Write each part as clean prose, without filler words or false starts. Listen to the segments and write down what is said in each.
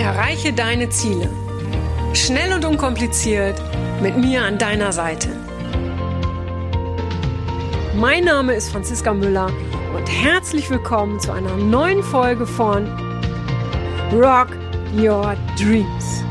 Erreiche deine Ziele. Schnell und unkompliziert mit mir an deiner Seite. Mein Name ist Franziska Müller und herzlich willkommen zu einer neuen Folge von Rock Your Dreams.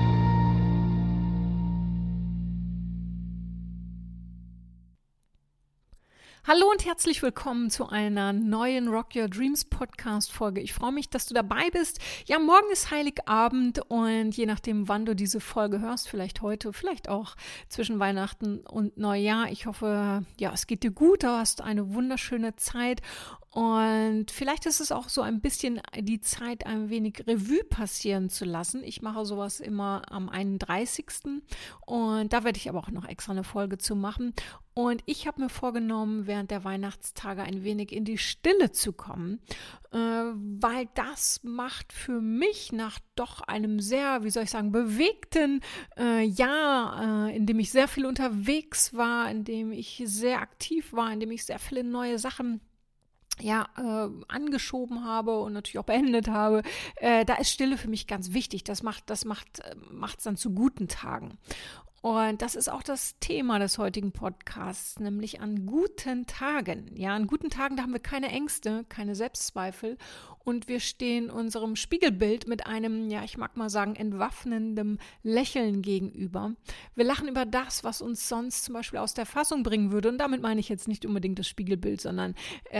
Hallo und herzlich willkommen zu einer neuen Rock Your Dreams Podcast Folge. Ich freue mich, dass du dabei bist. Ja, morgen ist Heiligabend und je nachdem, wann du diese Folge hörst, vielleicht heute, vielleicht auch zwischen Weihnachten und Neujahr. Ich hoffe, ja, es geht dir gut, du hast eine wunderschöne Zeit. Und vielleicht ist es auch so ein bisschen die Zeit, ein wenig Revue passieren zu lassen. Ich mache sowas immer am 31. Und da werde ich aber auch noch extra eine Folge zu machen. Und ich habe mir vorgenommen, während der Weihnachtstage ein wenig in die Stille zu kommen, weil das macht für mich nach doch einem sehr, bewegten Jahr, in dem ich sehr viel unterwegs war, in dem ich sehr aktiv war, in dem ich sehr viele neue Sachen angeschoben habe und natürlich auch beendet habe, da ist Stille für mich ganz wichtig. Das macht's dann zu guten Tagen. Und das ist auch das Thema des heutigen Podcasts, nämlich an guten Tagen. Ja, an guten Tagen, da haben wir keine Ängste, keine Selbstzweifel und wir stehen unserem Spiegelbild mit einem, ich mag mal sagen, entwaffnendem Lächeln gegenüber. Wir lachen über das, was uns sonst zum Beispiel aus der Fassung bringen würde. Und damit meine ich jetzt nicht unbedingt das Spiegelbild, sondern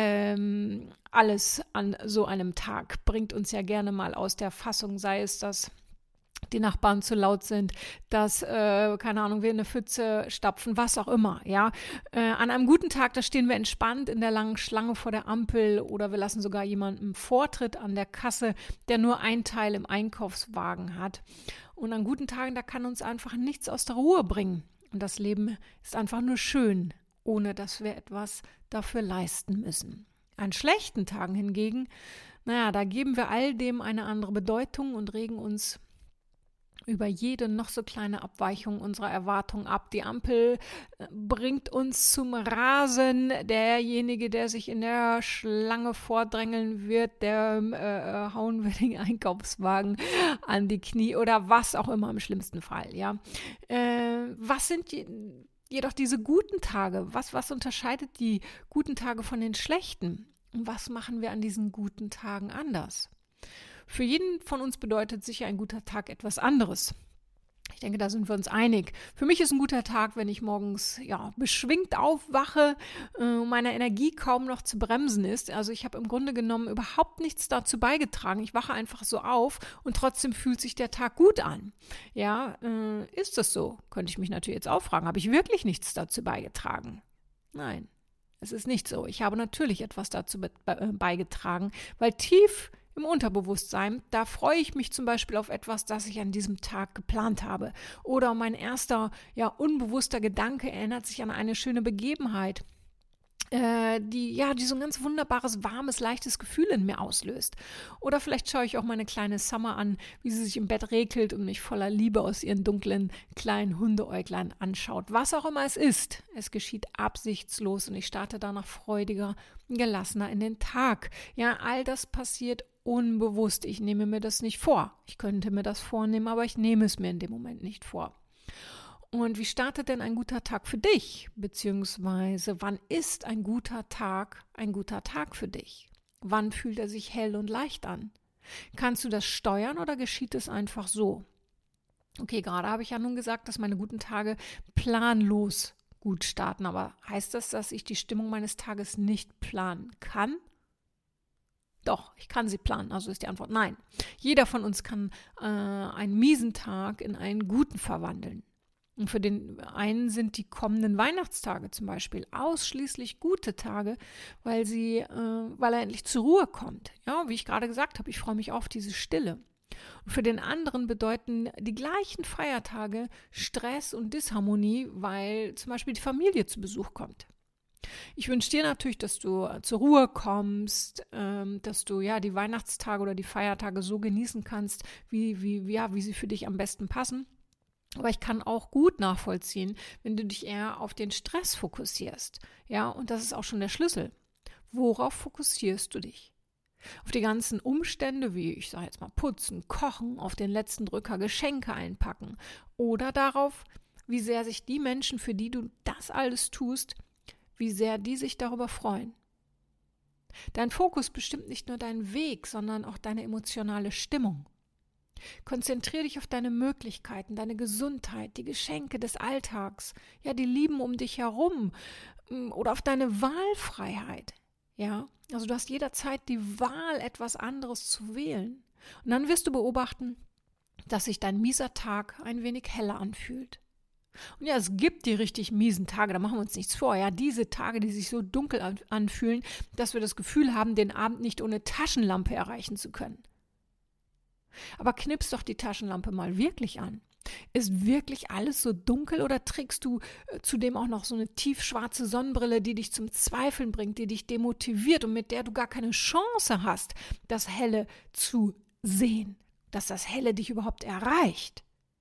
alles an so einem Tag bringt uns ja gerne mal aus der Fassung, sei es das, die Nachbarn zu laut sind, dass, wir in eine Pfütze stapfen, was auch immer, ja. An einem guten Tag, da stehen wir entspannt in der langen Schlange vor der Ampel oder wir lassen sogar jemanden Vortritt an der Kasse, der nur ein Teil im Einkaufswagen hat. Und an guten Tagen, da kann uns einfach nichts aus der Ruhe bringen. Und das Leben ist einfach nur schön, ohne dass wir etwas dafür leisten müssen. An schlechten Tagen hingegen, da geben wir all dem eine andere Bedeutung und regen uns über jede noch so kleine Abweichung unserer Erwartung ab. Die Ampel bringt uns zum Rasen. Derjenige, der sich in der Schlange vordrängeln wird, der hauen wir den Einkaufswagen an die Knie oder was auch immer im schlimmsten Fall. Ja, was sind jedoch diese guten Tage? Was unterscheidet die guten Tage von den schlechten? Und was machen wir an diesen guten Tagen anders? Für jeden von uns bedeutet sicher ein guter Tag etwas anderes. Ich denke, da sind wir uns einig. Für mich ist ein guter Tag, wenn ich morgens beschwingt aufwache, meine Energie kaum noch zu bremsen ist. Also ich habe im Grunde genommen überhaupt nichts dazu beigetragen. Ich wache einfach so auf und trotzdem fühlt sich der Tag gut an. Ja, ist das so? Könnte ich mich natürlich jetzt auch fragen. Habe ich wirklich nichts dazu beigetragen? Nein, es ist nicht so. Ich habe natürlich etwas dazu beigetragen, weil tief im Unterbewusstsein, da freue ich mich zum Beispiel auf etwas, das ich an diesem Tag geplant habe. Oder mein erster, unbewusster Gedanke erinnert sich an eine schöne Begebenheit, die so ein ganz wunderbares, warmes, leichtes Gefühl in mir auslöst. Oder vielleicht schaue ich auch meine kleine Summer an, wie sie sich im Bett regelt und mich voller Liebe aus ihren dunklen, kleinen Hundeäuglein anschaut. Was auch immer es ist, es geschieht absichtslos und ich starte danach freudiger, gelassener in den Tag. Ja, all das passiert unbewusst. Ich nehme mir das nicht vor. Ich könnte mir das vornehmen, aber ich nehme es mir in dem Moment nicht vor. Und wie startet denn ein guter Tag für dich? Beziehungsweise, wann ist ein guter Tag für dich? Wann fühlt er sich hell und leicht an? Kannst du das steuern oder geschieht es einfach so? Okay, gerade habe ich ja nun gesagt, dass meine guten Tage planlos gut starten. Aber heißt das, dass ich die Stimmung meines Tages nicht planen kann? Doch, ich kann sie planen, also ist die Antwort nein. Jeder von uns kann einen miesen Tag in einen guten verwandeln. Und für den einen sind die kommenden Weihnachtstage zum Beispiel ausschließlich gute Tage, weil er endlich zur Ruhe kommt. Ja, wie ich gerade gesagt habe, ich freue mich auf diese Stille. Und für den anderen bedeuten die gleichen Feiertage Stress und Disharmonie, weil zum Beispiel die Familie zu Besuch kommt. Ich wünsche dir natürlich, dass du zur Ruhe kommst, dass du die Weihnachtstage oder die Feiertage so genießen kannst, wie sie für dich am besten passen. Aber ich kann auch gut nachvollziehen, wenn du dich eher auf den Stress fokussierst. Ja, und das ist auch schon der Schlüssel. Worauf fokussierst du dich? Auf die ganzen Umstände, wie ich sage jetzt mal putzen, kochen, auf den letzten Drücker Geschenke einpacken oder darauf, wie sehr sich die Menschen, für die du das alles tust, wie sehr die sich darüber freuen. Dein Fokus bestimmt nicht nur deinen Weg, sondern auch deine emotionale Stimmung. Konzentriere dich auf deine Möglichkeiten, deine Gesundheit, die Geschenke des Alltags, ja, die Lieben um dich herum oder auf deine Wahlfreiheit. Ja, also du hast jederzeit die Wahl, etwas anderes zu wählen. Und dann wirst du beobachten, dass sich dein mieser Tag ein wenig heller anfühlt. Und ja, es gibt die richtig miesen Tage, da machen wir uns nichts vor. Ja, diese Tage, die sich so dunkel anfühlen, dass wir das Gefühl haben, den Abend nicht ohne Taschenlampe erreichen zu können. Aber knips doch die Taschenlampe mal wirklich an. Ist wirklich alles so dunkel oder trägst du zudem auch noch so eine tiefschwarze Sonnenbrille, die dich zum Zweifeln bringt, die dich demotiviert und mit der du gar keine Chance hast, das Helle zu sehen, dass das Helle dich überhaupt erreicht?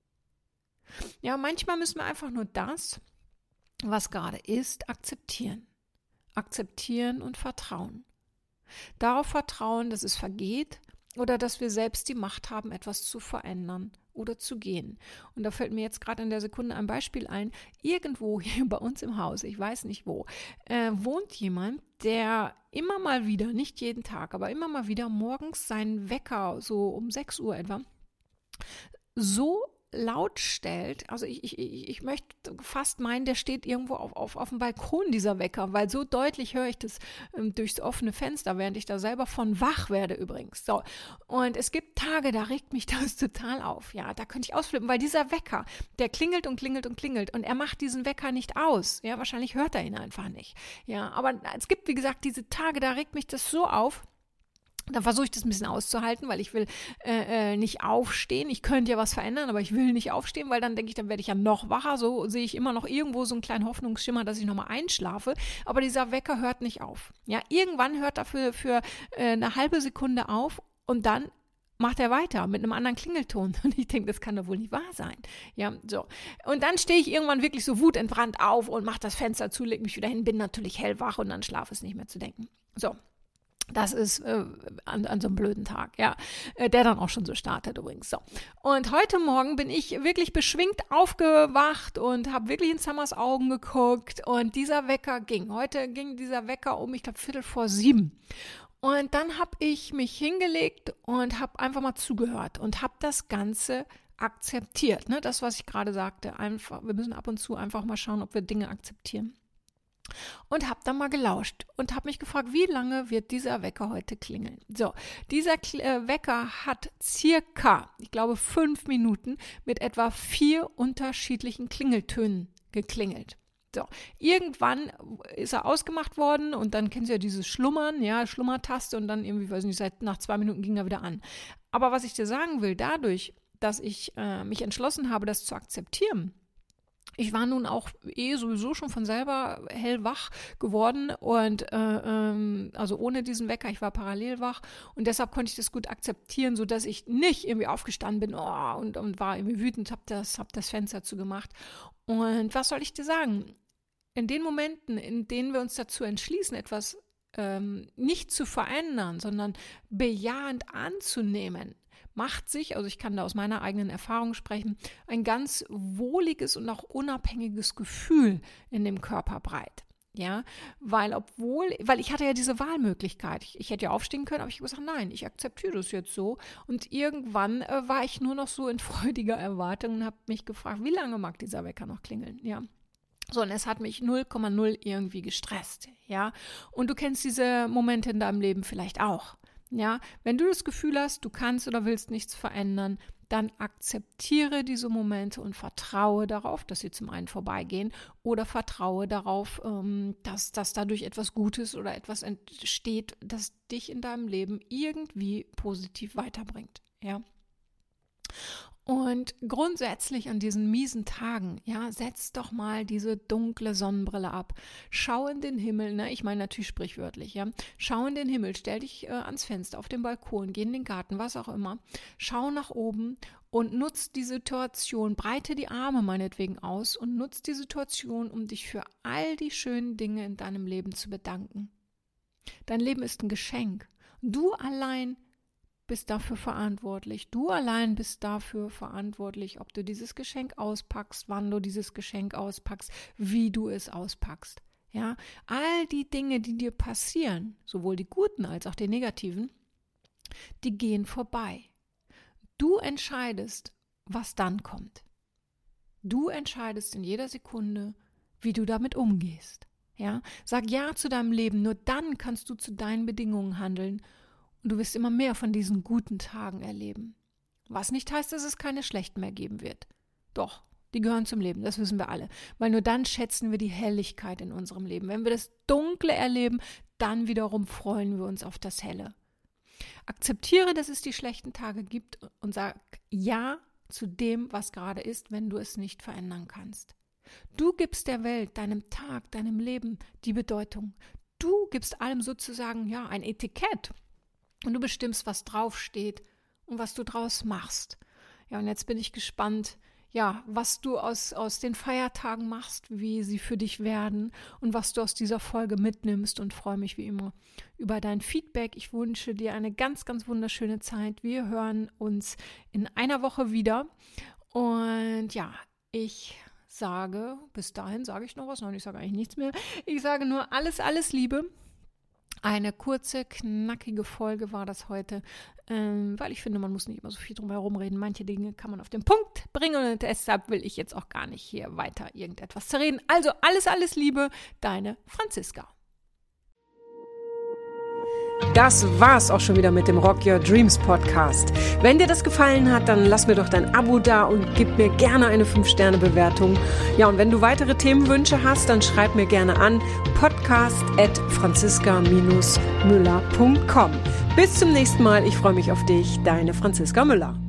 Ja, manchmal müssen wir einfach nur das, was gerade ist, akzeptieren. Akzeptieren und vertrauen. Darauf vertrauen, dass es vergeht oder dass wir selbst die Macht haben, etwas zu verändern oder zu gehen. Und da fällt mir jetzt gerade in der Sekunde ein Beispiel ein. Irgendwo hier bei uns im Haus, ich weiß nicht wo, wohnt jemand, der immer mal wieder, nicht jeden Tag, aber immer mal wieder morgens seinen Wecker, so um 6 Uhr etwa, so laut stellt, also ich möchte fast meinen, der steht irgendwo auf dem Balkon, dieser Wecker, weil so deutlich höre ich das durchs offene Fenster, während ich da selber von wach werde übrigens. So. Und es gibt Tage, da regt mich das total auf. Ja, da könnte ich ausflippen, weil dieser Wecker, der klingelt und klingelt und klingelt und er macht diesen Wecker nicht aus. Ja, wahrscheinlich hört er ihn einfach nicht. Ja, aber es gibt, wie gesagt, diese Tage, da regt mich das so auf. Dann versuche ich das ein bisschen auszuhalten, weil ich will nicht aufstehen. Ich könnte ja was verändern, aber ich will nicht aufstehen, weil dann denke ich, dann werde ich ja noch wacher. So sehe ich immer noch irgendwo so einen kleinen Hoffnungsschimmer, dass ich nochmal einschlafe. Aber dieser Wecker hört nicht auf. Ja, irgendwann hört er für eine halbe Sekunde auf und dann macht er weiter mit einem anderen Klingelton. Und ich denke, das kann doch wohl nicht wahr sein. Ja, so. Und dann stehe ich irgendwann wirklich so wutentbrannt auf und mache das Fenster zu, lege mich wieder hin, bin natürlich hellwach und dann schlafe es nicht mehr zu denken. So. Das ist an so einem blöden Tag, ja, der dann auch schon so startet übrigens. So. Und heute Morgen bin ich wirklich beschwingt aufgewacht und habe wirklich in Summers Augen geguckt und dieser Wecker ging. Heute ging dieser Wecker um, ich glaube, 6:45. Und dann habe ich mich hingelegt und habe einfach mal zugehört und habe das Ganze akzeptiert. Ne? Das, was ich gerade sagte, einfach, wir müssen ab und zu einfach mal schauen, ob wir Dinge akzeptieren. Und habe dann mal gelauscht und habe mich gefragt, wie lange wird dieser Wecker heute klingeln? So, dieser Wecker hat circa, ich glaube 5 Minuten mit etwa 4 unterschiedlichen Klingeltönen geklingelt. So, irgendwann ist er ausgemacht worden und dann kennst du ja dieses Schlummern, ja, Schlummertaste und dann irgendwie, weiß nicht, nach 2 Minuten ging er wieder an. Aber was ich dir sagen will, dadurch, dass ich mich entschlossen habe, das zu akzeptieren, ich war nun auch sowieso schon von selber hellwach geworden und also ohne diesen Wecker, ich war parallel wach und deshalb konnte ich das gut akzeptieren, sodass ich nicht irgendwie aufgestanden bin und war irgendwie wütend, hab das Fenster zugemacht. Und was soll ich dir sagen? In den Momenten, in denen wir uns dazu entschließen, etwas nicht zu verändern, sondern bejahend anzunehmen, macht sich, also ich kann da aus meiner eigenen Erfahrung sprechen, ein ganz wohliges und auch unabhängiges Gefühl in dem Körper breit. Ja, weil ich hatte ja diese Wahlmöglichkeit. Ich hätte ja aufstehen können, aber ich habe gesagt, nein, ich akzeptiere das jetzt so. Und irgendwann war ich nur noch so in freudiger Erwartung und habe mich gefragt, wie lange mag dieser Wecker noch klingeln? Ja. So, und es hat mich 0,0 irgendwie gestresst, ja. Und du kennst diese Momente in deinem Leben vielleicht auch. Ja, wenn du das Gefühl hast, du kannst oder willst nichts verändern, dann akzeptiere diese Momente und vertraue darauf, dass sie zum einen vorbeigehen oder vertraue darauf, dass dadurch etwas Gutes oder etwas entsteht, das dich in deinem Leben irgendwie positiv weiterbringt. Ja. Und grundsätzlich an diesen miesen Tagen, ja, setz doch mal diese dunkle Sonnenbrille ab. Schau in den Himmel, ne? Ich meine natürlich sprichwörtlich, ja. Schau in den Himmel, stell dich ans Fenster, auf den Balkon, geh in den Garten, was auch immer. Schau nach oben und nutz die Situation, breite die Arme meinetwegen aus und nutz die Situation, um dich für all die schönen Dinge in deinem Leben zu bedanken. Dein Leben ist ein Geschenk. Du allein bist dafür verantwortlich. Du allein bist dafür verantwortlich, ob du dieses Geschenk auspackst, wann du dieses Geschenk auspackst, wie du es auspackst. Ja, all die Dinge, die dir passieren, sowohl die guten als auch die negativen, die gehen vorbei. Du entscheidest, was dann kommt. Du entscheidest in jeder Sekunde, wie du damit umgehst. Ja, sag Ja zu deinem Leben, nur dann kannst du zu deinen Bedingungen handeln. Und du wirst immer mehr von diesen guten Tagen erleben. Was nicht heißt, dass es keine schlechten mehr geben wird. Doch, die gehören zum Leben, das wissen wir alle. Weil nur dann schätzen wir die Helligkeit in unserem Leben. Wenn wir das Dunkle erleben, dann wiederum freuen wir uns auf das Helle. Akzeptiere, dass es die schlechten Tage gibt und sag Ja zu dem, was gerade ist, wenn du es nicht verändern kannst. Du gibst der Welt, deinem Tag, deinem Leben die Bedeutung. Du gibst allem sozusagen ein Etikett. Und du bestimmst, was draufsteht und was du draus machst. Ja, und jetzt bin ich gespannt, was du aus den Feiertagen machst, wie sie für dich werden und was du aus dieser Folge mitnimmst und freue mich wie immer über dein Feedback. Ich wünsche dir eine ganz, ganz wunderschöne Zeit. Wir hören uns in einer Woche wieder und ich sage, bis dahin sage ich noch was, nein, ich sage eigentlich nichts mehr. Ich sage nur alles, alles Liebe. Eine kurze, knackige Folge war das heute, weil ich finde, man muss nicht immer so viel drum herum reden. Manche Dinge kann man auf den Punkt bringen und deshalb will ich jetzt auch gar nicht hier weiter irgendetwas zerreden. Also alles, alles Liebe, deine Franziska. Das war's auch schon wieder mit dem Rock Your Dreams Podcast. Wenn dir das gefallen hat, dann lass mir doch dein Abo da und gib mir gerne eine 5-Sterne-Bewertung. Ja, und wenn du weitere Themenwünsche hast, dann schreib mir gerne an podcast@franziska-müller.com. Bis zum nächsten Mal. Ich freue mich auf dich. Deine Franziska Müller.